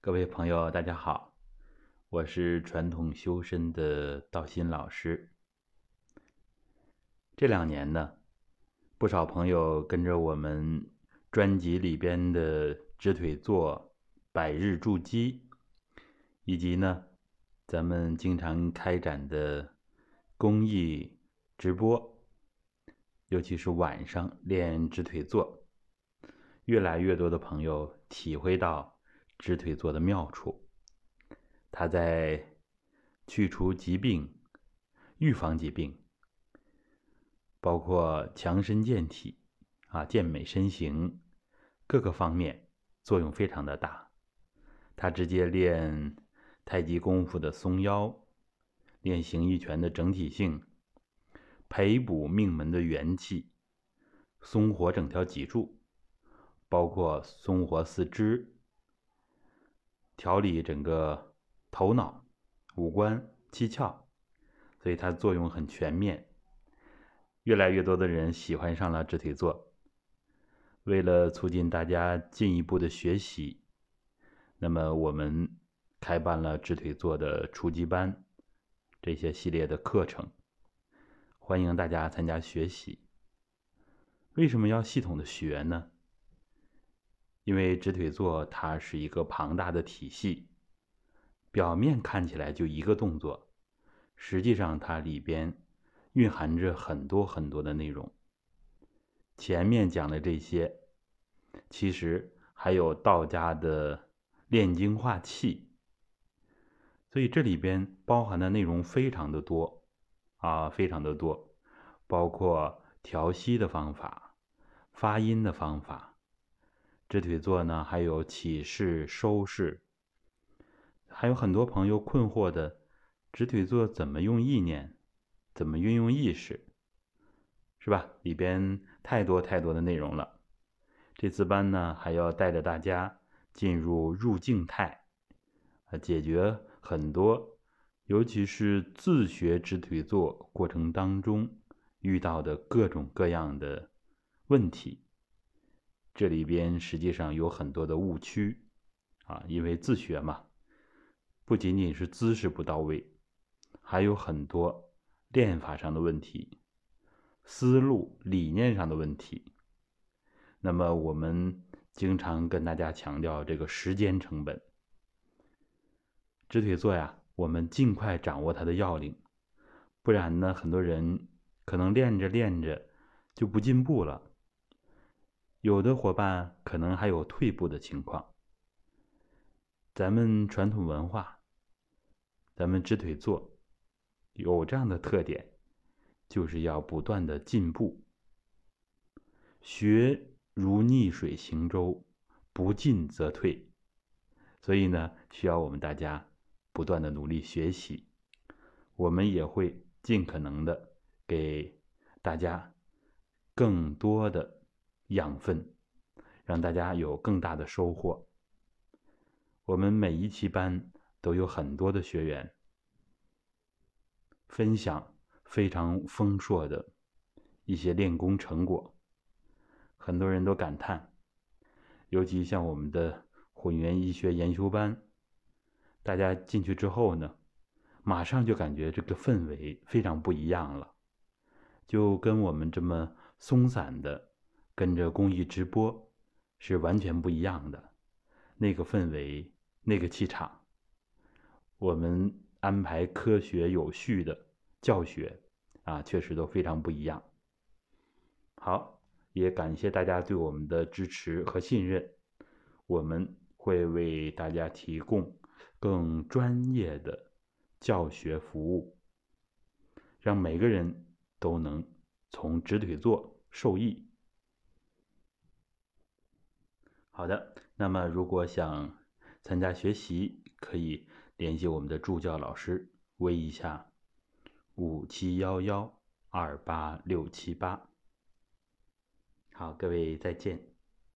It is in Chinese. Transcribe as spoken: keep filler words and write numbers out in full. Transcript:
各位朋友，大家好，我是传统修身的道心老师。这两年呢，不少朋友跟着我们专辑里边的直腿坐、百日筑基，以及呢，咱们经常开展的公益直播，尤其是晚上练直腿坐，越来越多的朋友体会到直腿坐的妙处。它在去除疾病、预防疾病，包括强身健体、啊健美身形各个方面作用非常的大。它直接练太极功夫的松腰，练形意拳的整体性，培补命门的元气，松活整条脊柱，包括松活四肢，调理整个头脑、五官、七窍，所以它作用很全面。越来越多的人喜欢上了直腿坐。为了促进大家进一步的学习，那么我们开办了直腿坐的初级班这些系列的课程，欢迎大家参加学习。为什么要系统的学呢？因为直腿坐它是一个庞大的体系，表面看起来就一个动作，实际上它里边蕴含着很多很多的内容。前面讲的这些，其实还有道家的炼精化气，所以这里边包含的内容非常的多啊，非常的多，包括调息的方法、发音的方法。直腿坐呢，还有起势、收势，还有很多朋友困惑的，直腿坐怎么用意念，怎么运用意识，是吧？里边太多太多的内容了。这次班呢，还要带着大家进入入静态，解决很多，尤其是自学直腿坐过程当中遇到的各种各样的问题。这里边实际上有很多的误区啊，因为自学嘛，不仅仅是姿势不到位，还有很多练法上的问题，思路理念上的问题。那么我们经常跟大家强调这个时间成本。直腿坐呀，我们尽快掌握它的要领，不然呢，很多人可能练着练着就不进步了，有的伙伴可能还有退步的情况。咱们传统文化，咱们直腿坐有这样的特点，就是要不断的进步。学如逆水行舟，不进则退。所以呢，需要我们大家不断的努力学习。我们也会尽可能的给大家更多的养分，让大家有更大的收获。我们每一期班都有很多的学员分享非常丰硕的一些练功成果，很多人都感叹，尤其像我们的混元医学研修班，大家进去之后呢，马上就感觉这个氛围非常不一样了，就跟我们这么松散的跟着公益直播是完全不一样的。那个氛围，那个气场，我们安排科学有序的教学啊，确实都非常不一样。好，也感谢大家对我们的支持和信任，我们会为大家提供更专业的教学服务，让每个人都能从直腿坐受益。好的，那么如果想参加学习，可以联系我们的助教老师，微一下五七幺幺二八六七八。好，各位再见。